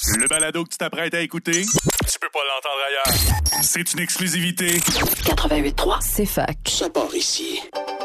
Le balado que tu t'apprêtes à écouter, tu peux pas l'entendre ailleurs. C'est une exclusivité. 88.3, C'est fac. ça part ici.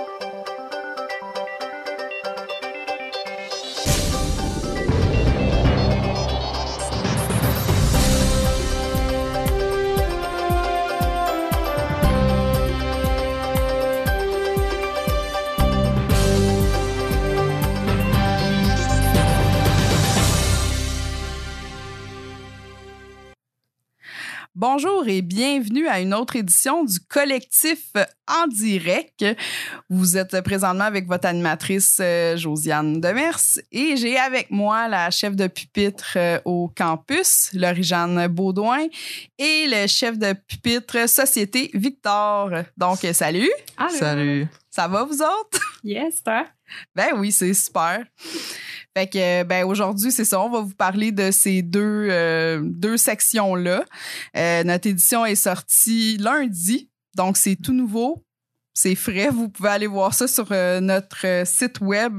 Bonjour et bienvenue à une autre édition du Collectif en direct. Vous êtes présentement avec votre animatrice Josiane Demers et j'ai avec moi la chef de pupitre au campus, Laurie-Jeanne Baudouin, et le chef de pupitre Société, Victor. Donc, salut! Allô. Salut! Ça va, vous autres? Yes, toi? Ben oui, c'est super. Fait que, aujourd'hui, c'est ça, on va vous parler de ces deux sections-là. Notre édition est sortie lundi, donc c'est tout nouveau. C'est frais. Vous pouvez aller voir ça sur notre site web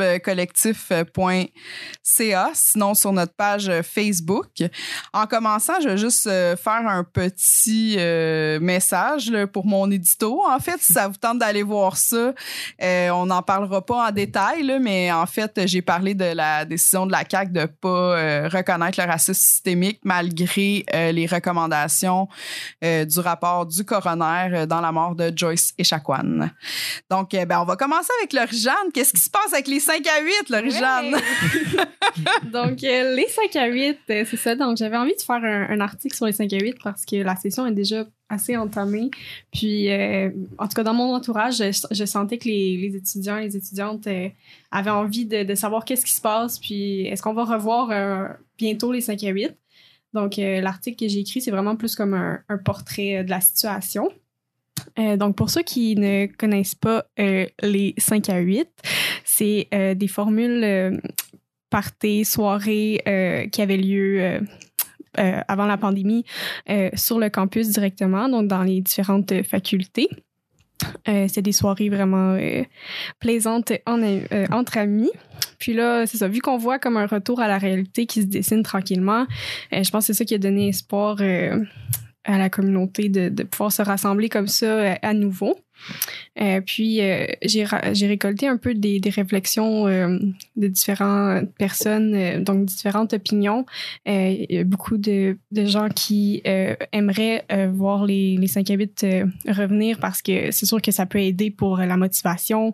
collectif.ca, sinon sur notre page Facebook. En commençant, je vais juste faire un petit message là, pour mon édito. En fait, si ça vous tente d'aller voir ça, on n'en parlera pas en détail, là, mais en fait, j'ai parlé de la décision de la CAQ de ne pas reconnaître le racisme systémique malgré les recommandations du rapport du coroner dans la mort de Joyce Echaquan. Donc, on va commencer avec Laurie-Jeanne. Qu'est-ce qui se passe avec les 5 à 8, Laurie-Jeanne? Ouais. Donc, les 5 à 8, c'est ça. Donc, j'avais envie de faire un article sur les 5 à 8 parce que la session est déjà assez entamée. Puis, en tout cas, dans mon entourage, je sentais que les étudiants et les étudiantes avaient envie de savoir qu'est-ce qui se passe. Puis, est-ce qu'on va revoir bientôt les 5 à 8? Donc, l'article que j'ai écrit, c'est vraiment plus comme un portrait de la situation. Donc, pour ceux qui ne connaissent pas les 5 à 8, c'est des formules parties, soirées qui avaient lieu avant la pandémie sur le campus directement, donc dans les différentes facultés. C'est des soirées vraiment plaisantes entre amis. Puis là, c'est ça, vu qu'on voit comme un retour à la réalité qui se dessine tranquillement, je pense que c'est ça qui a donné espoir à la communauté de pouvoir se rassembler comme ça à nouveau. Puis, j'ai récolté un peu des réflexions de différentes personnes, donc différentes opinions. Il y a beaucoup de gens qui aimeraient voir les 5 à 8 revenir parce que c'est sûr que ça peut aider pour la motivation.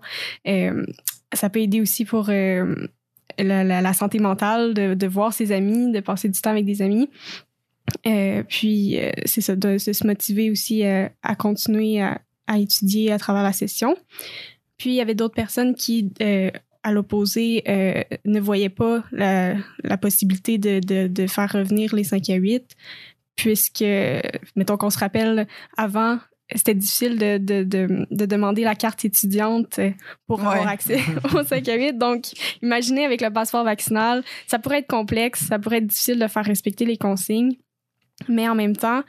Ça peut aider aussi pour la santé mentale, de voir ses amis, de passer du temps avec des amis. Puis, c'est ça, de se motiver aussi à continuer à étudier à travers la session. Puis, il y avait d'autres personnes qui, à l'opposé, ne voyaient pas la possibilité de faire revenir les 5 à 8, puisque, mettons qu'on se rappelle, avant, c'était difficile de demander la carte étudiante pour avoir accès aux 5 à 8. Donc, imaginez avec le passeport vaccinal, ça pourrait être complexe, ça pourrait être difficile de faire respecter les consignes. Mais en même temps,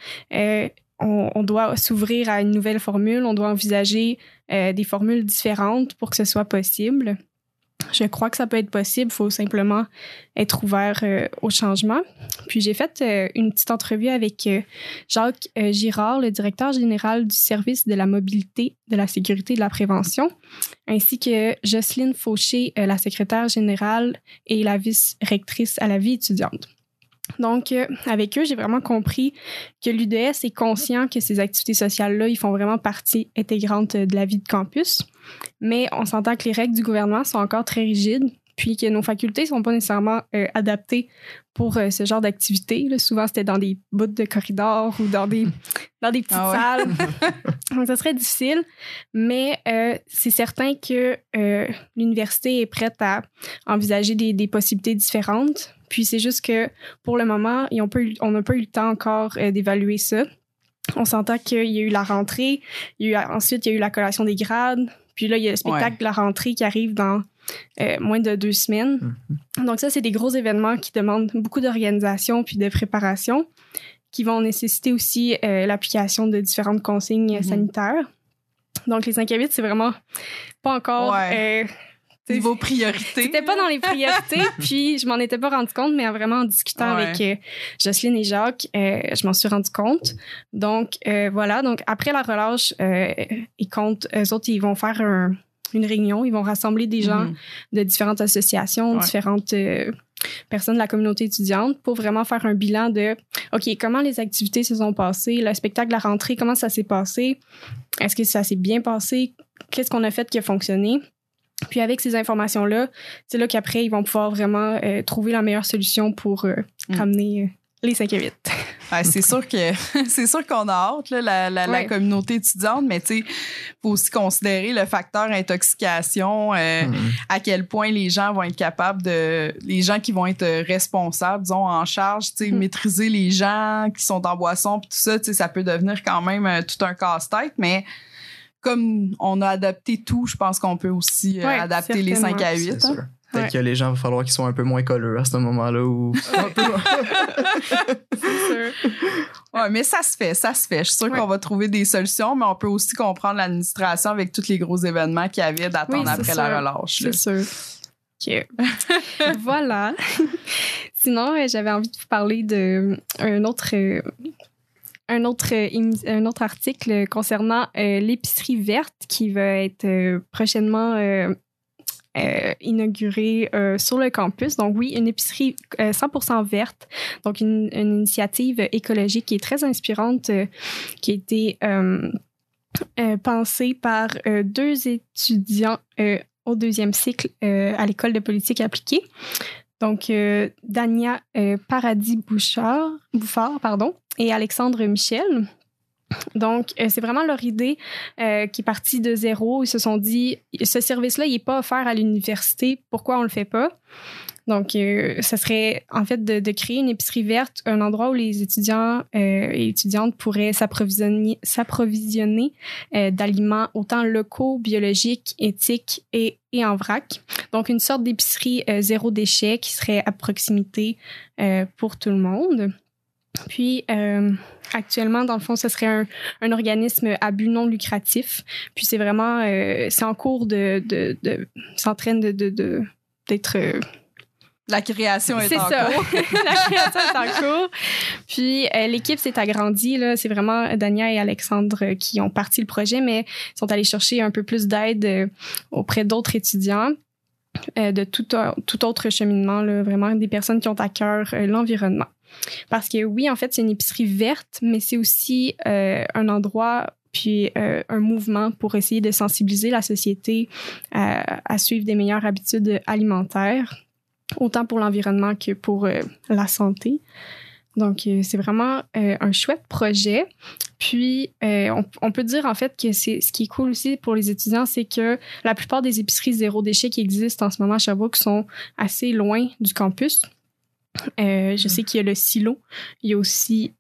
on doit s'ouvrir à une nouvelle formule. On doit envisager des formules différentes pour que ce soit possible. Je crois que ça peut être possible. Il faut simplement être ouvert au changement. Puis, j'ai fait une petite entrevue avec Jacques Girard, le directeur général du service de la mobilité, de la sécurité et de la prévention, ainsi que Jocelyne Fauché, la secrétaire générale et la vice-rectrice à la vie étudiante. Donc, avec eux, j'ai vraiment compris que l'UDS est conscient que ces activités sociales-là, ils font vraiment partie intégrante de la vie de campus. Mais on s'entend que les règles du gouvernement sont encore très rigides, puis que nos facultés ne sont pas nécessairement adaptées pour ce genre d'activités. Là, souvent, c'était dans des bouts de corridors ou dans des petites salles. Donc, ça serait difficile. Mais c'est certain que l'université est prête à envisager des possibilités différentes. Puis c'est juste que pour le moment, on n'a pas eu le temps encore d'évaluer ça. On s'entend qu'il y a eu la rentrée, ensuite il y a eu la collation des grades, puis là il y a le spectacle de la rentrée qui arrive dans moins de 2 semaines. Donc ça, c'est des gros événements qui demandent beaucoup d'organisation puis de préparation, qui vont nécessiter aussi l'application de différentes consignes sanitaires. Donc les 5 à 8, c'est vraiment pas encore Niveau priorité. C'était pas dans les priorités, puis je m'en étais pas rendu compte, mais vraiment en discutant avec Jocelyne et Jacques, je m'en suis rendu compte. Donc, voilà. Donc, après la relâche, eux autres, ils vont faire une réunion. Ils vont rassembler des gens de différentes associations, différentes personnes de la communauté étudiante pour vraiment faire un bilan de, OK, comment les activités se sont passées, le spectacle de la rentrée, comment ça s'est passé, est-ce que ça s'est bien passé, qu'est-ce qu'on a fait qui a fonctionné. Puis avec ces informations-là, c'est là qu'après, ils vont pouvoir vraiment trouver la meilleure solution pour ramener les 5 à 8. Ouais, c'est sûr qu'on a hâte, là, la communauté étudiante, mais tu sais, faut aussi considérer le facteur intoxication, à quel point les gens vont être capables les gens qui vont être responsables, disons, en charge, tu sais, maîtriser les gens qui sont en boisson, puis tout ça, tu sais, ça peut devenir quand même tout un casse-tête, mais comme on a adapté tout, je pense qu'on peut aussi adapter les 5 à 8. C'est sûr. Peut-être que les gens, il va falloir qu'ils soient un peu moins colleux à ce moment-là. Ou... C'est sûr. Ouais, mais ça se fait. Je suis sûre qu'on va trouver des solutions, mais on peut aussi comprendre l'administration avec tous les gros événements qu'il y avait d'attendre après la relâche. C'est sûr. OK. Voilà. Sinon, j'avais envie de vous parler d'un autre article concernant l'épicerie verte qui va être prochainement inaugurée sur le campus. Donc oui, une épicerie 100% verte, donc une initiative écologique qui est très inspirante, qui a été pensée par 2 étudiants au 2e cycle à l'école de politique appliquée. Donc, Dania Paradis-Bouffard, et Alexandre Michel. Donc, c'est vraiment leur idée qui est partie de zéro. Ils se sont dit, ce service-là, il n'est pas offert à l'université. Pourquoi on ne le fait pas? Donc, ça serait en fait de créer une épicerie verte, un endroit où les étudiants et étudiantes pourraient s'approvisionner d'aliments autant locaux, biologiques, éthiques et en vrac. Donc, une sorte d'épicerie zéro déchet qui serait à proximité pour tout le monde. Puis, actuellement, dans le fond, ce serait un organisme à but non lucratif. Puis, c'est vraiment, c'est en cours c'est en train d'être... La création est c'est en ça. cours. La création est en cours. Puis, l'équipe s'est agrandie, là. C'est vraiment Dania et Alexandre qui ont parti le projet, mais sont allés chercher un peu plus d'aide auprès d'autres étudiants. De tout autre cheminement, là, vraiment des personnes qui ont à cœur l'environnement. Parce que oui, en fait, c'est une épicerie verte, mais c'est aussi un endroit puis un mouvement pour essayer de sensibiliser la société à suivre des meilleures habitudes alimentaires, autant pour l'environnement que pour la santé. Donc, c'est vraiment un chouette projet. Puis, on peut dire en fait que ce qui est cool aussi pour les étudiants, c'est que la plupart des épiceries zéro déchet qui existent en ce moment à Sherbrooke sont assez loin du campus. Je sais qu'il y a le silo. Il y a aussi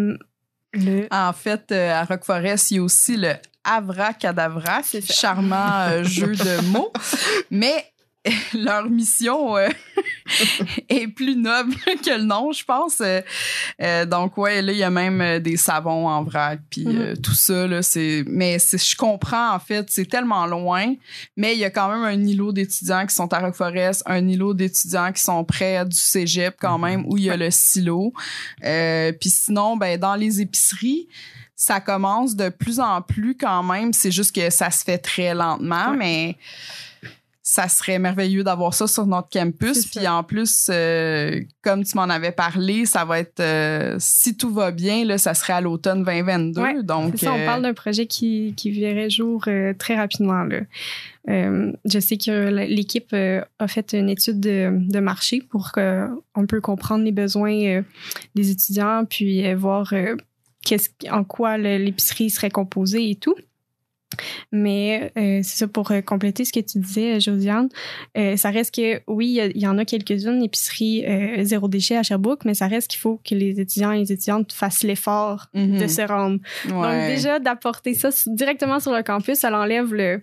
En fait, à Rock-Forest, il y a aussi le Avracadabra, charmant jeu de mots. Mais leur mission est plus noble que le nom, je pense. Donc, ouais, là, il y a même des savons en vrac, puis tout ça, là, je comprends, en fait, c'est tellement loin, mais il y a quand même un îlot d'étudiants qui sont à Rock-Forest, un îlot d'étudiants qui sont près du cégep, quand même, où il y a le silo. Puis sinon, ben, dans les épiceries, ça commence de plus en plus quand même. C'est juste que ça se fait très lentement, mais ça serait merveilleux d'avoir ça sur notre campus. Puis en plus, comme tu m'en avais parlé, ça va être, si tout va bien, là, ça serait à l'automne 2022. Ouais, donc, c'est ça, on parle d'un projet qui verrait jour très rapidement, là. Je sais que l'équipe a fait une étude de marché pour qu'on peut comprendre les besoins des étudiants, puis voir en quoi l'épicerie serait composée et tout. Mais c'est ça, pour compléter ce que tu disais, Josiane, ça reste que, oui, il y en a quelques-unes, épiceries zéro déchet à Sherbrooke, mais ça reste qu'il faut que les étudiants et les étudiantes fassent l'effort de se rendre. Ouais. Donc déjà, d'apporter ça directement sur le campus, ça enlève la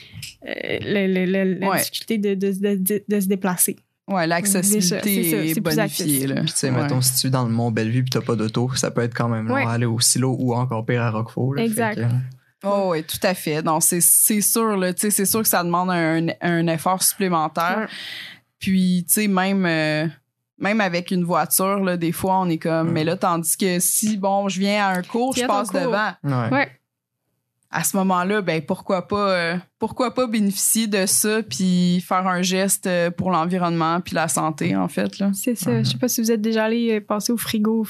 difficulté de se déplacer. Ouais, l'accessibilité est bonifiée. Puis, tu sais, mettons, si tu es dans le Mont-Bellevue et tu n'as pas d'auto, ça peut être quand même long à aller au silo ou encore pire à Roquefort. Exact. Oh oui, tout à fait. Non, c'est sûr, là, tu sais, c'est sûr que ça demande un effort supplémentaire. Ouais. Puis, tu sais, même avec une voiture, là, des fois, on est comme... Mais là, tandis que si, bon, je viens à un cours, Tu je viens à passe ton cours. devant. Ouais. À ce moment-là, ben pourquoi pas bénéficier de ça puis faire un geste pour l'environnement puis la santé, en fait, là. C'est ça. Je sais pas si vous êtes déjà allé passer au frigo.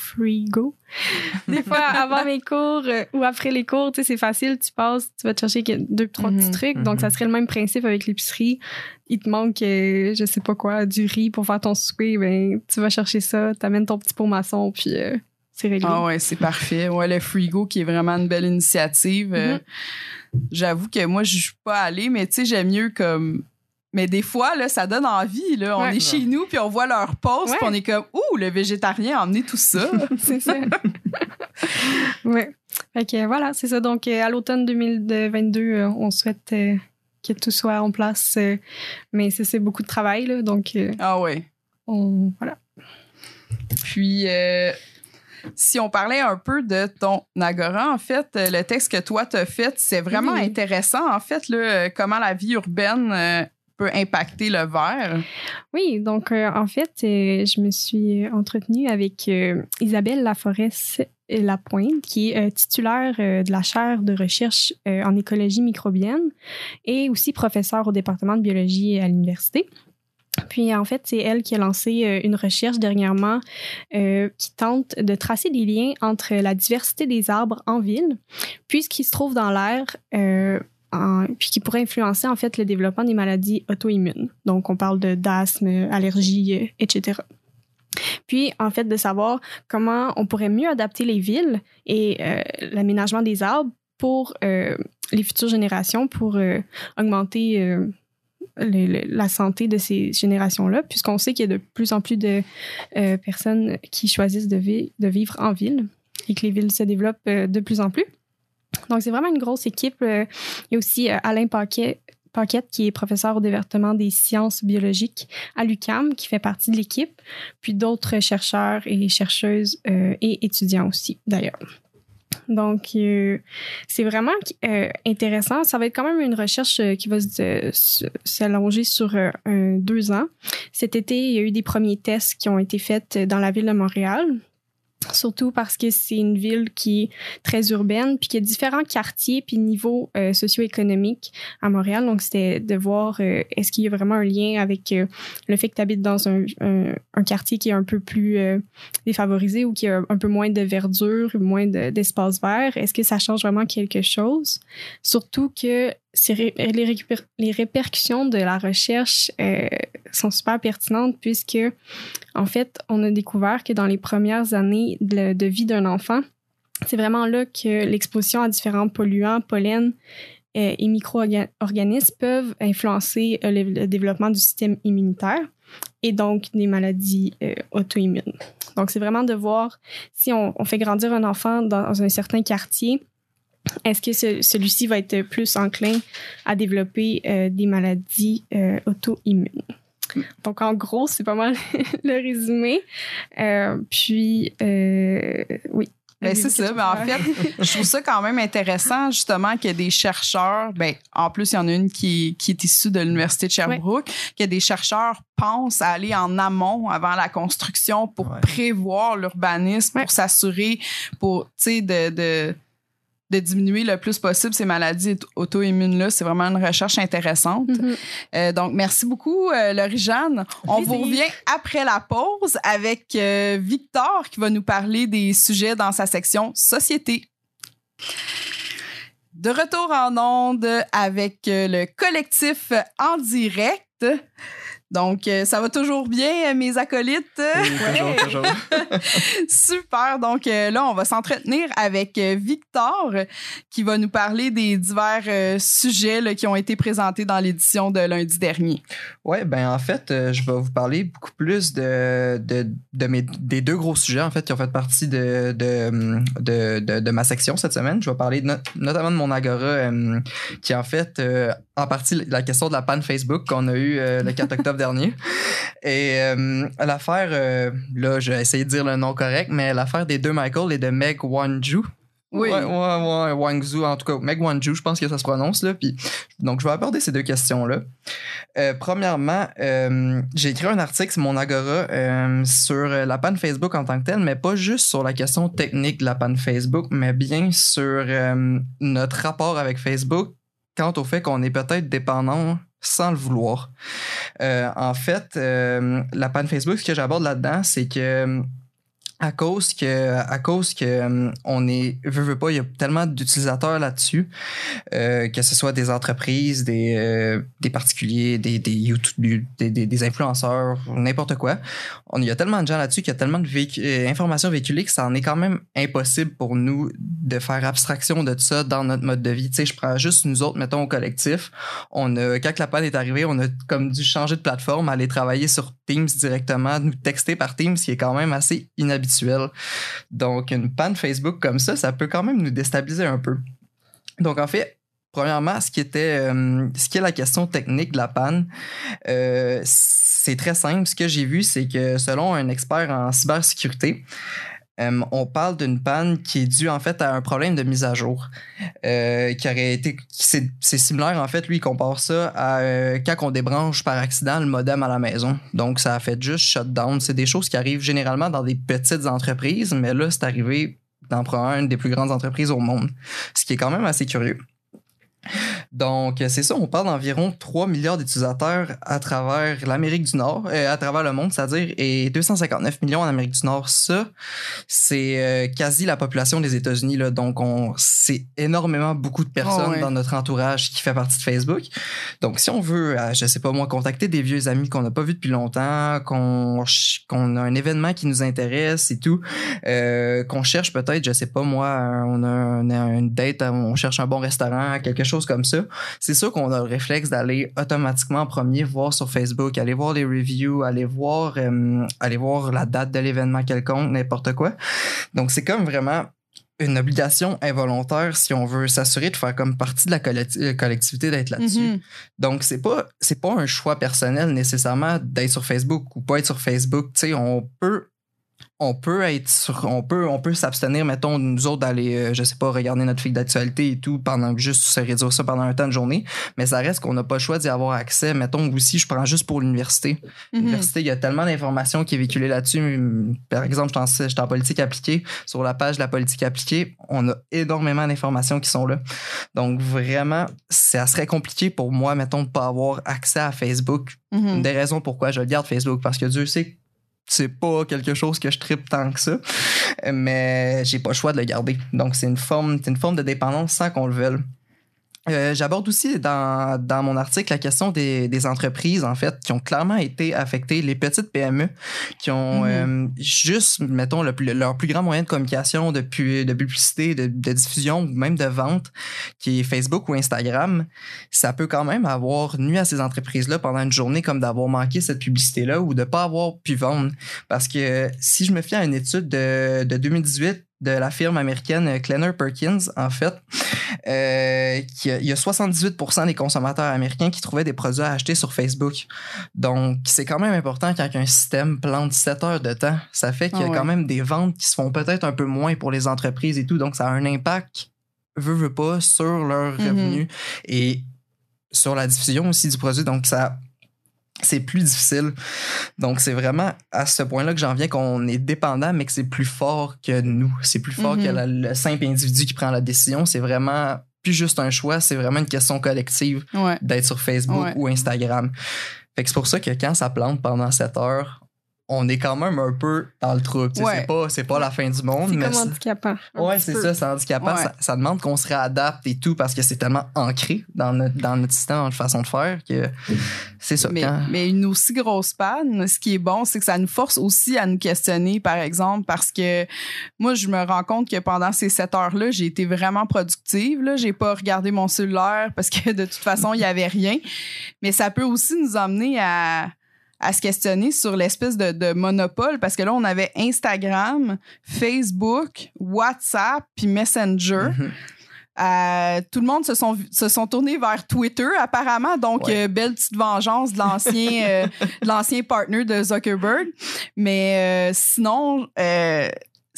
Des fois, avant mes cours ou après les cours, tu sais, c'est facile. Tu passes, tu vas te chercher 2-3 petits trucs. Donc, ça serait le même principe avec l'épicerie. Il te manque, je sais pas quoi, du riz pour faire ton souper. Ben, tu vas chercher ça, t'amènes ton petit pot maçon, puis c'est réglé. Ah ouais, c'est parfait. Ouais, le Frigo qui est vraiment une belle initiative. J'avoue que moi, je suis pas allée, mais tu sais, j'aime mieux comme... Mais des fois, là, ça donne envie. Là. On est chez nous, puis on voit leur post, puis on est comme « Ouh, le végétarien a emmené tout ça! » C'est ça. Ouais. Fait que voilà, c'est ça. Donc, à l'automne 2022, on souhaite que tout soit en place. Mais c'est beaucoup de travail, là. Donc, ah ouais. Voilà. Puis... si on parlait un peu de ton agora, en fait, le texte que toi t'as fait, c'est vraiment intéressant, en fait, là, comment la vie urbaine peut impacter le verre. Oui, donc en fait, je me suis entretenue avec Isabelle Laforest-Lapointe, qui est titulaire de la chaire de recherche en écologie microbienne et aussi professeure au département de biologie à l'université. Puis, en fait, c'est elle qui a lancé une recherche dernièrement qui tente de tracer des liens entre la diversité des arbres en ville, puis ce qui se trouve dans l'air, puis qui pourrait influencer, en fait, le développement des maladies auto-immunes. Donc, on parle d'asthme, allergies, etc. Puis, en fait, de savoir comment on pourrait mieux adapter les villes et l'aménagement des arbres pour les futures générations, pour augmenter... la santé de ces générations-là, puisqu'on sait qu'il y a de plus en plus de personnes qui choisissent de vivre en ville et que les villes se développent de plus en plus. Donc, c'est vraiment une grosse équipe. Il y a aussi Alain Paquette, qui est professeur au département des sciences biologiques à l'UQAM, qui fait partie de l'équipe, puis d'autres chercheurs et chercheuses et étudiants aussi, d'ailleurs. Donc, c'est vraiment intéressant. Ça va être quand même une recherche qui va s'allonger sur 2 ans. Cet été, il y a eu des premiers tests qui ont été faits dans la ville de Montréal. Surtout parce que c'est une ville qui est très urbaine, puis qu'il y a différents quartiers puis niveaux socio-économiques à Montréal. Donc, c'était de voir est-ce qu'il y a vraiment un lien avec le fait que tu habites dans un quartier qui est un peu plus défavorisé ou qui a un peu moins de verdure, moins d'espace vert. Est-ce que ça change vraiment quelque chose? Surtout que les répercussions de la recherche sont super pertinentes puisque, en fait, on a découvert que dans les premières années de vie d'un enfant, c'est vraiment là que l'exposition à différents polluants, pollen et micro-organismes peuvent influencer le développement du système immunitaire et donc des maladies auto-immunes. Donc, c'est vraiment de voir si on fait grandir un enfant dans un certain quartier, est-ce que celui-ci va être plus enclin à développer des maladies auto-immunes? Donc, en gros, c'est pas mal le résumé. Oui. Ben, c'est ça. Mais en fait, je trouve ça quand même intéressant, justement, qu'il y ait des chercheurs. Ben, en plus, il y en a une qui est issue de l'Université de Sherbrooke, que des chercheurs pensent à aller en amont avant la construction pour prévoir l'urbanisme, pour s'assurer, pour, tu sais, de diminuer le plus possible ces maladies auto-immunes-là. C'est vraiment une recherche intéressante. Donc, merci beaucoup, Laurie-Jeanne. On vous revient après la pause avec Victor qui va nous parler des sujets dans sa section Société. De retour en ondes avec le collectif En Direct. Donc, ça va toujours bien, mes acolytes? Oui, toujours. Super. Donc, là, on va s'entretenir avec Victor qui va nous parler des divers sujets là, qui ont été présentés dans l'édition de lundi dernier. Oui, ben en fait, je vais vous parler beaucoup plus des 2 gros sujets, en fait, qui ont fait partie de ma section cette semaine. Je vais parler notamment de mon agora, qui est en fait en partie la question de la panne Facebook qu'on a eue le 4 octobre dernier. Et l'affaire, là, je vais essayer de dire le nom correct, mais l'affaire des 2 Michael et de Meg Wanju. Oui. Ouais, Wangzhou, en tout cas, Meg Wanzhou, je pense que ça se prononce, là. Puis, donc, je vais aborder ces deux questions-là. Premièrement, j'ai écrit un article sur mon Agora sur la panne Facebook en tant que telle, mais pas juste sur la question technique de la panne Facebook, mais bien sur notre rapport avec Facebook quant au fait qu'on est peut-être dépendant sans le vouloir. En fait, la panne Facebook, ce que j'aborde là-dedans, c'est que à cause que on veut pas, il y a tellement d'utilisateurs là-dessus, que ce soit des entreprises, des particuliers, des YouTube, des influenceurs, n'importe quoi. Il y a tellement de gens là-dessus qu'il y a tellement de informations véhiculées que ça en est quand même impossible pour nous de faire abstraction de ça dans notre mode de vie. Tu sais, je prends juste nous autres, mettons au collectif. Quand la panne est arrivée, on a comme dû changer de plateforme, aller travailler sur Teams directement, nous texter par Teams, ce qui est quand même assez inhabituel. Donc, une panne Facebook comme ça peut quand même nous déstabiliser un peu. Donc, en fait, premièrement, ce qui est la question technique de la panne, c'est très simple. Ce que j'ai vu, c'est que selon un expert en cybersécurité, on parle d'une panne qui est due en fait à un problème de mise à jour c'est similaire en fait. Lui, il compare ça à quand on débranche par accident le modem à la maison. Donc, ça a fait juste shutdown. C'est des choses qui arrivent généralement dans des petites entreprises, mais là, c'est arrivé dans une des plus grandes entreprises au monde, ce qui est quand même assez curieux. Donc, c'est ça, on parle d'environ 3 milliards d'utilisateurs à travers l'Amérique du Nord, à travers le monde, c'est-à-dire, et 259 millions en Amérique du Nord. Ça, c'est quasi la population des États-Unis, là. Donc, c'est énormément beaucoup de personnes dans notre entourage qui fait partie de Facebook. Donc, si on veut, je sais pas moi, contacter des vieux amis qu'on n'a pas vus depuis longtemps, qu'on a un événement qui nous intéresse et tout, qu'on cherche peut-être, je sais pas moi, on a une date, on cherche un bon restaurant, quelque chose comme ça, c'est sûr qu'on a le réflexe d'aller automatiquement en premier voir sur Facebook, aller voir les reviews, aller voir la date de l'événement quelconque, n'importe quoi. Donc, c'est comme vraiment une obligation involontaire si on veut s'assurer de faire comme partie de la collectivité d'être là-dessus. Mm-hmm. Donc, c'est pas un choix personnel nécessairement d'être sur Facebook ou pas être sur Facebook. Tu sais, on peut s'abstenir, mettons, nous autres, d'aller, je sais pas, regarder notre fil d'actualité et tout, juste se réduire ça pendant un temps de journée, mais ça reste qu'on n'a pas le choix d'y avoir accès. Mettons, aussi, je prends juste pour l'université. Mm-hmm. L'université, il y a tellement d'informations qui est véhiculée là-dessus. Par exemple, j'étais en politique appliquée. Sur la page de la politique appliquée, on a énormément d'informations qui sont là. Donc, vraiment, ça serait compliqué pour moi, mettons, de pas avoir accès à Facebook. Mm-hmm. Une des raisons pourquoi je garde Facebook, parce que Dieu sait c'est pas quelque chose que je trippe tant que ça, mais j'ai pas le choix de le garder. Donc, c'est une forme de dépendance sans qu'on le veuille. J'aborde aussi dans mon article la question des entreprises, en fait, qui ont clairement été affectées, les petites PME, qui ont juste, mettons, leur plus grand moyen de communication, de publicité, de diffusion, ou même de vente, qui est Facebook ou Instagram. Ça peut quand même avoir nui à ces entreprises-là pendant une journée, comme d'avoir manqué cette publicité-là ou de pas avoir pu vendre. Parce que si je me fie à une étude de 2018, de la firme américaine Kleiner Perkins, en fait, il y a 78% des consommateurs américains qui trouvaient des produits à acheter sur Facebook. Donc, c'est quand même important quand un système plante 7 heures de temps. Ça fait qu'il y a quand même des ventes qui se font peut-être un peu moins pour les entreprises et tout. Donc, ça a un impact, veut pas, sur leurs revenus et sur la diffusion aussi du produit. Donc, c'est plus difficile. Donc, c'est vraiment à ce point-là que j'en viens qu'on est dépendant, mais que c'est plus fort que nous. C'est plus fort que le simple individu qui prend la décision. C'est vraiment plus juste un choix, c'est vraiment une question collective d'être sur Facebook ou Instagram. Fait que c'est pour ça que quand ça plante pendant 7 heures, on est quand même un peu dans le trouble. C'est pas la fin du monde. C'est comme handicapant. Ouais, c'est ça, c'est handicapant. Ouais. Ça demande qu'on se réadapte et tout parce que c'est tellement ancré dans notre système, dans notre façon de faire que c'est ça. Mais une aussi grosse panne, ce qui est bon, c'est que ça nous force aussi à nous questionner, par exemple, parce que moi, je me rends compte que pendant ces 7 heures-là, j'ai été vraiment productive. Là. J'ai pas regardé mon cellulaire parce que de toute façon, il y avait rien. Mais ça peut aussi nous emmener à se questionner sur l'espèce de monopole, parce que là, on avait Instagram, Facebook, WhatsApp, puis Messenger. Tout le monde se sont tournés vers Twitter, apparemment. Donc, belle petite vengeance de l'ancien partner de Zuckerberg. Mais sinon,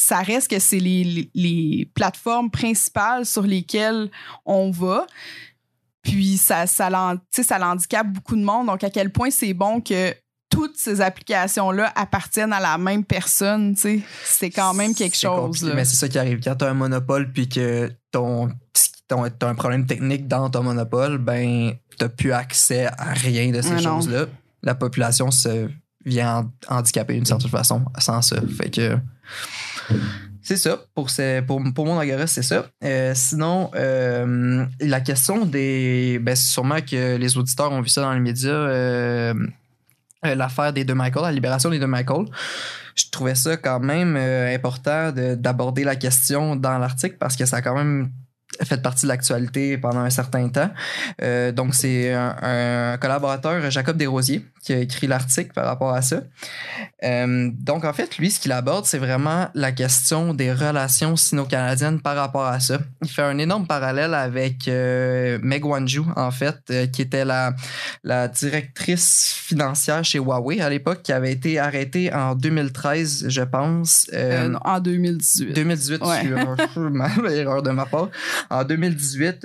ça reste que c'est les plateformes principales sur lesquelles on va. Puis ça l'handicape beaucoup de monde. Donc, à quel point c'est bon que toutes ces applications-là appartiennent à la même personne, tu sais. C'est quand même quelque chose. Mais c'est ça qui arrive. Quand tu as un monopole puis que t'as un problème technique dans ton monopole, ben, t'as plus accès à rien de ces choses-là. La population se vient handicaper d'une certaine façon sans ça. Fait que c'est ça. Pour mon Agora, c'est ça. Sinon, la question des... Ben, sûrement que les auditeurs ont vu ça dans les médias, l'affaire des deux Michael, la libération des deux Michael. Je trouvais ça quand même important d'aborder la question dans l'article parce que ça a quand même fait partie de l'actualité pendant un certain temps. Donc, c'est un collaborateur, Jacob Desrosiers, qui a écrit l'article par rapport à ça. Donc, en fait, lui, ce qu'il aborde, c'est vraiment la question des relations sino-canadiennes par rapport à ça. Il fait un énorme parallèle avec Meg Wanzhou, en fait, qui était la directrice financière chez Huawei à l'époque, qui avait été arrêtée en 2013, je pense. Non, en 2018. 2018, ouais. Erreur de ma part. En 2018,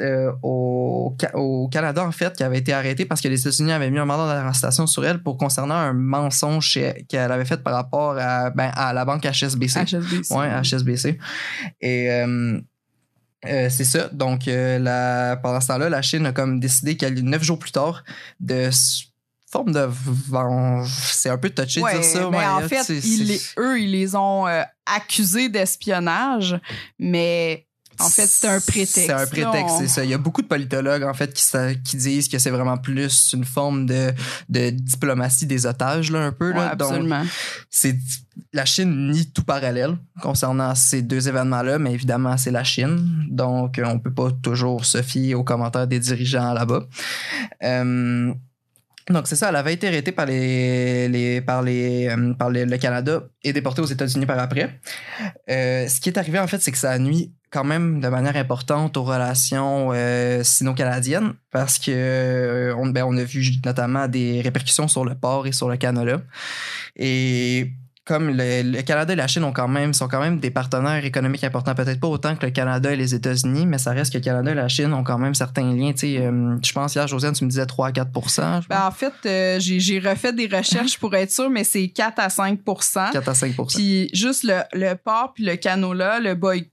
au Canada, en fait, qui avait été arrêtée parce que les États-Unis avaient mis un mandat d'arrestation sur elle pour concernant un mensonge qu'elle avait fait par rapport à la banque HSBC. Oui, HSBC. Et c'est ça. Donc, pendant ce temps-là, la Chine a comme décidé 9 jours plus tard de forme de c'est un peu touché de dire ça. Mais en fait, ils les ont accusés d'espionnage, mais en fait, c'est un prétexte. C'est un prétexte, c'est ça. Il y a beaucoup de politologues, en fait, qui disent que c'est vraiment plus une forme de diplomatie des otages, là, un peu. Là. Ouais, absolument. Donc, la Chine nie tout parallèle concernant ces deux événements-là, mais évidemment, c'est la Chine. Donc, on peut pas toujours se fier aux commentaires des dirigeants là-bas. Donc, c'est ça. Elle avait été arrêtée par le Canada et déportée aux États-Unis par après. Ce qui est arrivé, en fait, c'est que ça nuit quand même de manière importante aux relations sino-canadiennes parce que on a vu notamment des répercussions sur le port et sur le Canada. Et comme le Canada et la Chine sont quand même des partenaires économiques importants, peut-être pas autant que le Canada et les États-Unis, mais ça reste que le Canada et la Chine ont quand même certains liens. Je pense hier, Josiane, tu me disais 3 à 4%. En fait, j'ai refait des recherches pour être sûr, mais c'est 4 à 5%. 4 à 5%. Puis juste le porc puis le canola, le boycott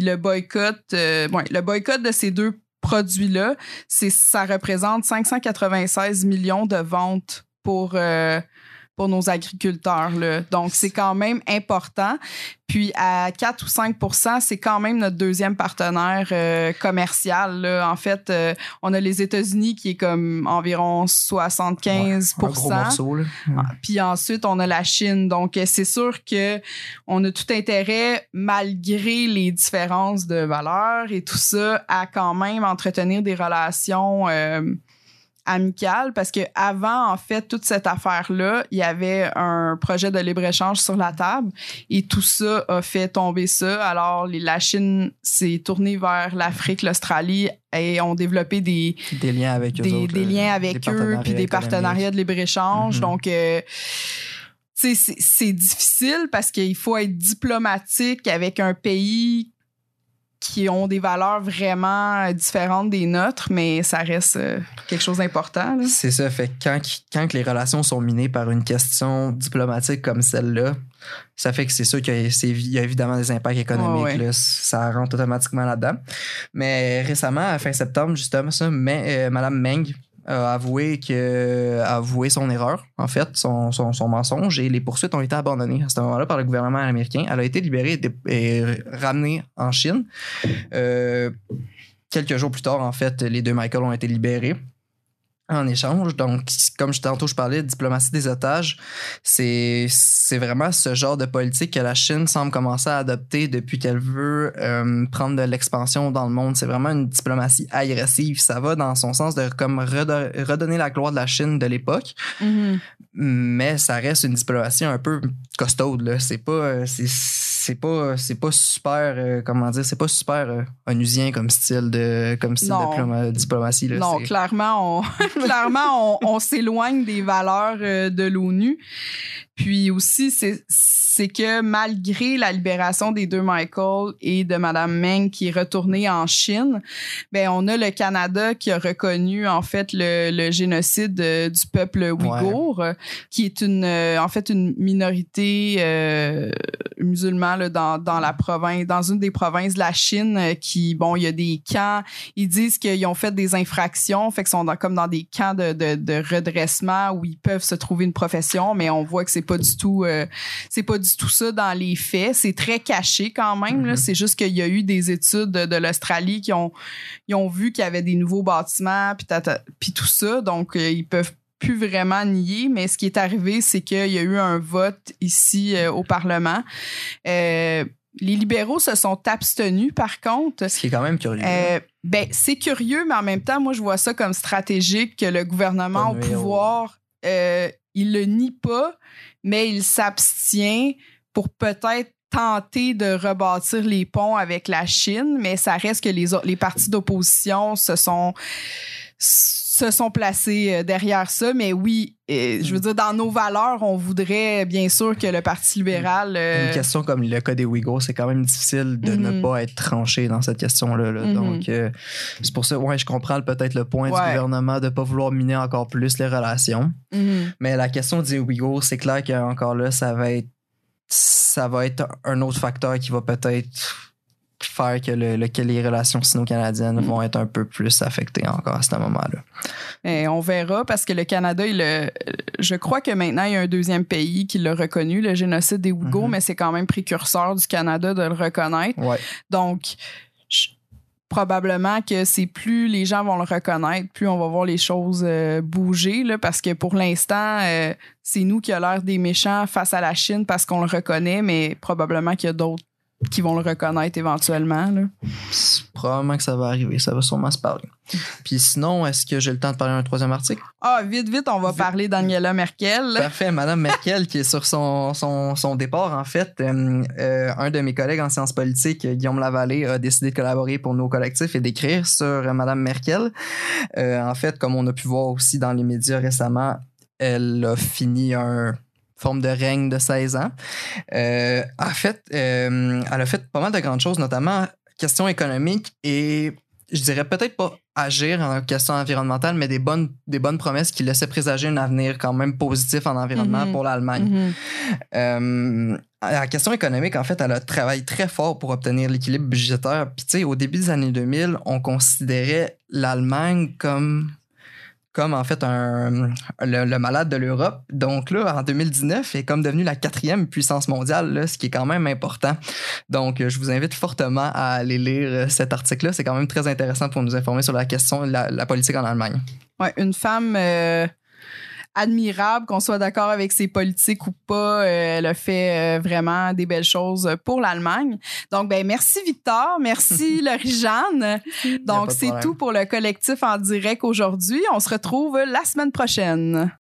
de ces deux produits-là, ça représente 596 millions de ventes pour nos agriculteurs, là. Donc, c'est quand même important. Puis, à 4 ou 5%, c'est quand même notre deuxième partenaire commercial, là. En fait, on a les États-Unis qui est comme environ 75%. Ouais, un gros morceau, là. Puis ensuite, on a la Chine. Donc, c'est sûr que on a tout intérêt, malgré les différences de valeurs et tout ça, à quand même entretenir des relations amicale parce que avant en fait toute cette affaire-là, il y avait un projet de libre-échange sur la table et tout ça a fait tomber ça. Alors la Chine s'est tournée vers l'Afrique, l'Australie et ont développé des liens avec eux, des liens avec eux puis des partenariats de libre-échange. Donc c'est difficile parce qu'il faut être diplomatique avec un pays qui ont des valeurs vraiment différentes des nôtres, mais ça reste quelque chose d'important. Là. C'est ça. Fait que quand les relations sont minées par une question diplomatique comme celle-là, ça fait que c'est sûr qu'il y a évidemment des impacts économiques. Ouais. Là, ça rentre automatiquement là-dedans. Mais récemment, à fin septembre, justement, Mme Meng a avoué son erreur, en fait, son mensonge, et les poursuites ont été abandonnées à ce moment-là par le gouvernement américain. Elle a été libérée et ramenée en Chine. Quelques jours plus tard, en fait, les deux Michael ont été libérés en échange. Donc, comme tantôt je parlais de diplomatie des otages, c'est vraiment ce genre de politique que la Chine semble commencer à adopter depuis qu'elle veut prendre de l'expansion dans le monde. C'est vraiment une diplomatie agressive. Ça va dans son sens de comme redonner la gloire de la Chine de l'époque, mais ça reste une diplomatie un peu costaude, là. C'est c'est pas super comment dire, c'est pas super onusien comme style de diplomatie là. Non, clairement on s'éloigne des valeurs de l'ONU. Puis aussi, c'est que malgré la libération des deux Michael et de Madame Meng qui est retournée en Chine, ben on a le Canada qui a reconnu en fait le génocide du peuple ouïghour, qui est une minorité musulmane là, dans la province, dans une des provinces de la Chine qui, bon, il y a des camps, ils disent qu'ils ont fait des infractions, fait qu'ils sont comme dans des camps de redressement où ils peuvent se trouver une profession, mais on voit que c'est pas du tout ça dans les faits. C'est très caché quand même. Là. C'est juste qu'il y a eu des études de l'Australie qui ont vu qu'il y avait des nouveaux bâtiments puis tout ça. Donc, ils peuvent plus vraiment nier. Mais ce qui est arrivé, c'est qu'il y a eu un vote ici au Parlement. Les libéraux se sont abstenus, par contre. Ce qui est quand même curieux. C'est curieux, mais en même temps, moi, je vois ça comme stratégique que le gouvernement au pouvoir, il le nie pas, mais il s'abstient pour peut-être tenter de rebâtir les ponts avec la Chine, mais ça reste que les partis d'opposition se sont placés derrière ça. Mais oui, je veux dire, dans nos valeurs, on voudrait bien sûr que le Parti libéral... Une question comme le cas des Ouïghours, c'est quand même difficile de ne pas être tranché dans cette question-là. Là. Donc, c'est pour ça, je comprends peut-être le point du gouvernement de ne pas vouloir miner encore plus les relations. Mais la question des Ouïghours, c'est clair qu'encore là, ça va être un autre facteur qui va peut-être faire que les relations sino-canadiennes vont être un peu plus affectées encore à ce moment-là. Et on verra, parce que le Canada, je crois que maintenant, il y a un deuxième pays qui l'a reconnu, le génocide des Ouïghours, mais c'est quand même précurseur du Canada de le reconnaître. Ouais. Donc, probablement que c'est plus les gens vont le reconnaître, plus on va voir les choses bouger, là, parce que pour l'instant, c'est nous qui a l'air des méchants face à la Chine parce qu'on le reconnaît, mais probablement qu'il y a d'autres qui vont le reconnaître éventuellement. Là. Probablement que ça va arriver, ça va sûrement se parler. Puis sinon, est-ce que j'ai le temps de parler d'un troisième article? Ah, vite, on va parler d'Angela Merkel. Parfait, Madame Merkel qui est sur son départ, en fait. Un de mes collègues en sciences politiques, Guillaume Lavallée, a décidé de collaborer pour nos collectifs et d'écrire sur Madame Merkel. En fait, comme on a pu voir aussi dans les médias récemment, elle a fini forme de règne de 16 ans. En fait, elle a fait pas mal de grandes choses, notamment questions économiques et je dirais peut-être pas agir en questions environnementales, mais des bonnes promesses qui laissaient présager un avenir quand même positif en environnement pour l'Allemagne. La question économique, en fait, elle a travaillé très fort pour obtenir l'équilibre budgétaire. Puis tu sais, au début des années 2000, on considérait l'Allemagne comme en fait le malade de l'Europe. Donc là, en 2019, elle est comme devenue la 4e puissance mondiale, là, ce qui est quand même important. Donc, je vous invite fortement à aller lire cet article-là. C'est quand même très intéressant pour nous informer sur la question de la politique en Allemagne. Ouais, une femme admirable, qu'on soit d'accord avec ses politiques ou pas, elle a fait vraiment des belles choses pour l'Allemagne. Donc, merci Victor, merci Laurie-Jeanne. Donc, c'est tout pour le collectif en direct aujourd'hui. On se retrouve la semaine prochaine.